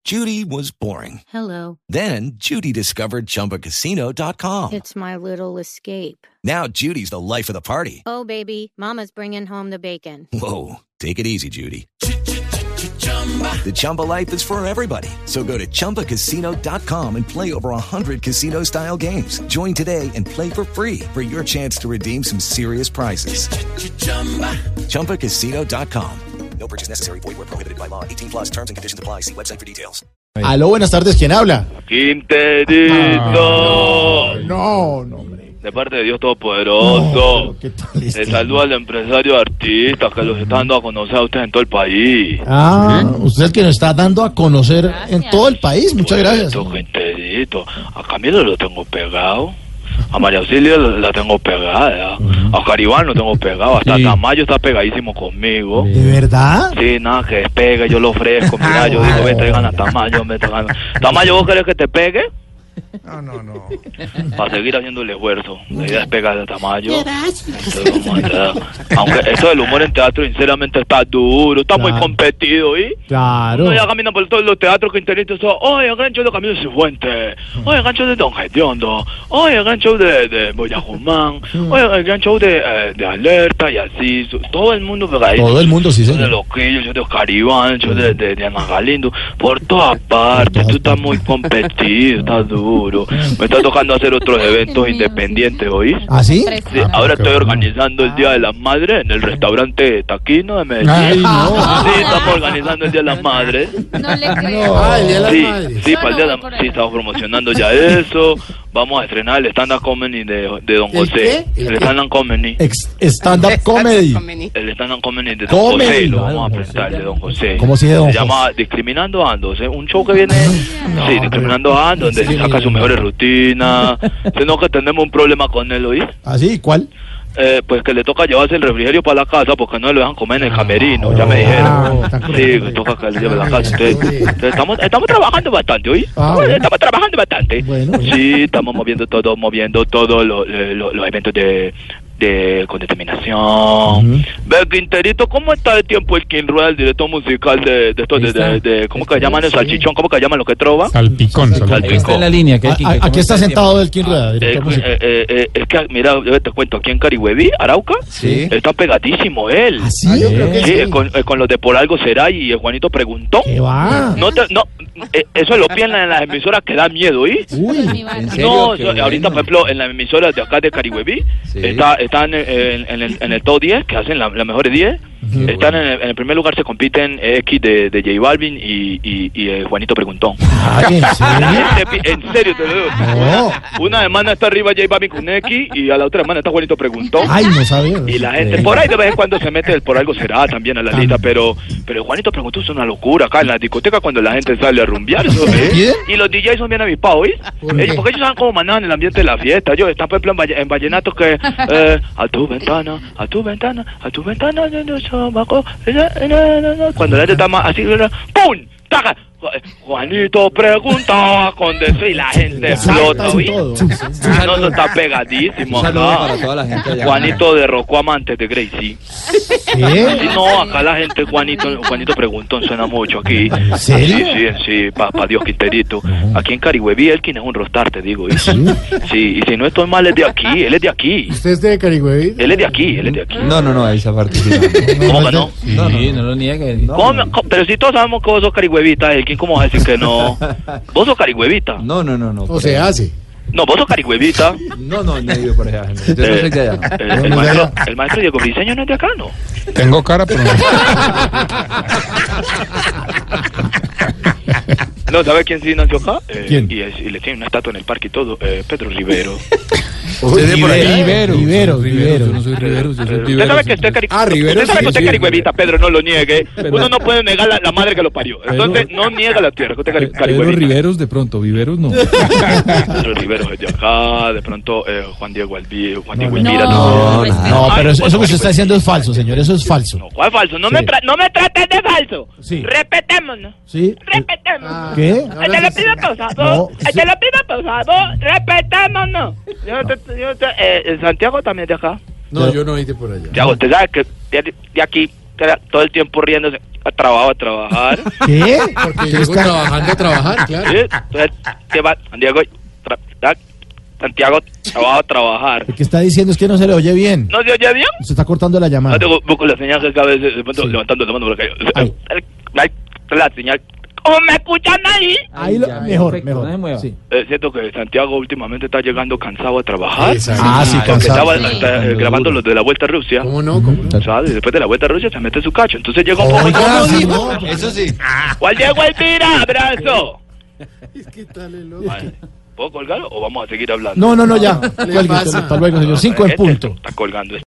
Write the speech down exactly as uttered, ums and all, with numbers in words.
Judy was boring. Hello. Then Judy discovered Chumba Casino dot com. It's my little escape. Now Judy's the life of the party. Oh, baby, mama's bringing home the bacon. Whoa, take it easy, Judy. The Chumba life is for everybody. So go to Chumba Casino dot com and play over one hundred casino-style games. Join today and play for free for your chance to redeem some serious prizes. Chumba Casino dot com. No purchase necessary. Void where prohibited by law. eighteen plus terms and conditions apply. See website for details. Aló, buenas tardes. ¿Quién habla? Quinterito. No, no, hombre. De parte de Dios Todopoderoso. No, ¿qué tal Le este? saluda al empresario artista que los está dando a conocer a ustedes en todo el país. Ah, usted es el que nos está dando a conocer en todo el país. Muchas gracias. Esto, Quinterito. A Camilo lo tengo pegado. A María Auxilio la tengo pegada. A Caribán lo tengo pegado. Hasta Sí. Tamayo está pegadísimo conmigo. ¿De verdad? Sí, nada, que despegue, yo lo ofrezco. Mira, yo digo, ve, traigan a Tamayo, me traigan. Tamayo, ¿vos querés que te pegue? No, no, no. Para seguir haciendo el esfuerzo. La idea es pegar a Tamayo. Entonces, vamos a entrar. Aunque eso del humor en teatro, sinceramente, está duro, está muy Claro. competido, ¿y? Claro. Uno ya camina por todos los teatros que Quinterito son, oye, el gran show de Camilo Cifuentes, oye, el gran show de Don Gediondo, oye, el gran show de, de Boya Guzmán, oye, el gran show de, eh, de Alerta y así, su- todo el mundo pegadito. Todo el mundo, sí, Yo de señor. Loquillo, yo de Oscar Iván, yo de, de, de Ana Galindo, por todas partes, tú estás muy competido, estás duro. Me está tocando hacer otros eventos independientes, ¿oís? ¿Ah, sí? Sí, ahora estoy organizando el Día de las Madres en el restaurante Taquino de Medellín. Ay, no. Sí, estamos organizando el Día de las Madres. No le creo. Ah, el Día de las Sí, Madres. sí, Yo para el no Día de voy la- por sí, ahí. estamos promocionando ya eso. Vamos a estrenar el stand-up comedy de, de Don ¿El José. qué? ¿El El qué? stand-up comedy. Ex- Stand-up comedy. El stand-up comedy de Don Comedy. José, lo Ah, vamos a Don presentar, José. de Don José. ¿Cómo sigue Don Se José? llama Discriminando Ando, ¿sí? Un show que viene, sí, Discriminando Ando, donde se saca sus mejores rutinas. Sino que tenemos un problema con él, ¿oí? ¿Ah, sí? ¿Cuál? Eh, pues que le toca llevarse el refrigerio para la casa porque no lo dejan comer en el camerino, ya me Ah, dijeron. está Sí, correcto. que toca que le lleve a la casa. Entonces, entonces estamos, estamos trabajando bastante, ¿oí? Ah, Estamos- bueno. Estamos trabajando bastante. Bueno, bueno. Sí, estamos moviendo todo, moviendo todos los los- los eventos de, de con determinación. Ujú. Ve, Quinterito, ¿cómo está de tiempo el King Rueda, el director musical de, de estos, de, de, de- ¿cómo que llaman el salchichón? ¿Cómo que llaman lo que trova? Salpicón, Salpicón. salpicón. Está en la línea. Que, A- que- a- que- Aquí está sentado el King Rueda, Eh, director musical. eh, eh, eh, es que, mira, yo te cuento, aquí en Carihueví, Arauca, Sí. está pegadísimo él. ¿Ah, sí? Yo creo que Sí, eh, con, eh, con los de Por Algo Será y el Juanito Preguntó. ¿Qué va? No, te, no, eh, eso lo pierden en las emisoras que da miedo, ¿y? Uy. ¿En serio? No, Qué yo- bueno. ahorita, por ejemplo, en las emisoras de acá de Carihueví, Sí. está, están en, en el, en el top diez, que hacen la- las mejores diez. Están en el, en el primer lugar, se compiten X de, de J Balvin y, y, y eh, Juanito Preguntón. Ay, ¿en La serio? gente pi- en serio te lo digo. No. Una semana está arriba J Balvin con X y a la otra semana está Juanito Preguntón. Ay, no sabía. Y la gente, por ahí de vez en cuando se mete el Por Algo Será también a la lista, pero pero Juanito Preguntó es una locura acá en la discoteca cuando la gente sale a rumbear. Eso, ¿eh? ¿Bien? Y los D Js son bien avispados, ¿oís? ¿Por Ellos- qué? porque ellos saben cómo manejan el ambiente de la fiesta. Yo, está por ejemplo en, valle- en vallenato que eh, a tu ventana, a tu ventana, a tu ventana, no, no, chamaco, eh, eh, no, no, no. Cuando la gente está más así, ¡pum! ¡Taca! Juanito preguntaba con deseo y la gente explota, Salta y ¿oí? todo. No, eso está pegadísimo Un saludo acá. para toda la gente allá. Juanito derrocó amantes de Gracie. ¿Qué? Sí, no, acá la gente Juanito, Juanito Preguntón suena mucho aquí. ¿En serio? Sí, sí, sí, para pa Dios Quinterito. Aquí en Carihueví, Elkin es un rostar, te digo. ¿Y? Sí, y si no estoy mal, es de aquí, él es de aquí. ¿Usted es de Carigüey? Él es de aquí, él es de aquí. No, no, no, esa parte sí. no. ¿Cómo que no? No, no, no lo niegue. ¿Cómo me- cómo- Pero si todos sabemos que vos sos carihuevita, Elkin, ¿cómo vas a decir que no? ¿Vos sos carihuevita? No, no, no, no. O se hace. No, vos sos carihuevita. No, no, no vive por allá. Yo no Eh, soy de allá. eh, el, maestro, el maestro Diego Briseño no es de acá, ¿no? Tengo cara, pero no. No, ¿sabes quién sí nació acá? Eh, ¿Quién? Y, es- y le tiene una estatua en el parque y todo. Eh, Pedro Rivero. ¿Usted de por allá? Rivero, Rivero, Rivero. Yo no soy Rivero, yo soy Usted Rivero. sabe que usted es cari- Ah, Rivero usted sabe sí, que usted es sí, carihuevita, Pedro, no lo niegue. Pero- Uno no puede negar la, la madre que lo parió. Entonces, no niega la tierra, que usted es cari- Pedro carihuevita. Riveros de pronto, Viveros no. Pedro Rivero es de acá, de pronto eh, Juan Diego Alví, Juan Diego Elvira. No, también. no, No, pero Ay, eso, pues, eso que usted está diciendo es falso, señor. Eso es falso. No, ¿cuál es falso? No, Sí. me, tra- no me trates de falso. Sí. Respetémonos. ¿Sí? Respetémonos. ¿Qué? Ay, te lo pido, por favor. No, Ay, sí. te lo pido, por favor. Respetémonos. Yo te- yo te- eh, eh, Santiago también es de acá. No, yo no hice por allá. Santiago, usted sabe que de, de aquí, era todo el tiempo riéndose. a trabajo a trabajar. ¿Qué? Porque ¿Qué llego está- trabajando a trabajar, claro. ¿Sí? Entonces, ¿qué va? Santiago, tra- tra- Santiago, trabajo a trabajar. Lo que está diciendo es que no se le oye bien. ¿No se oye bien? Se está cortando la llamada. No tengo busco la señal que cada vez de pronto Sí. levantando la mano por acá. Ahí. Ay, la señal. ¿Cómo me escuchan ahí? Ahí lo, ya, mejor, perfecto, no se mejor. mueva. Sí. Es cierto que Santiago últimamente está llegando cansado a trabajar. Exacto. Ah, sí, Porque cansado. estaba está, eh, grabando los de la Vuelta a Rusia. ¿Cómo no? ¿Cómo no? ¿Sabes? Y después de la Vuelta a Rusia se mete su cacho. Entonces llega un poco Oiga, incómodo. señor. Eso sí. ¿Cuál llegó Elvira? ¡Abrazo! ¿Qué tal el loco? Vale. ¿Puedo colgar o vamos a seguir hablando? No, no, no, ya. ¿Qué le Cuelgue, pasa? hasta luego, señor. Cinco en Este punto. Está colgando.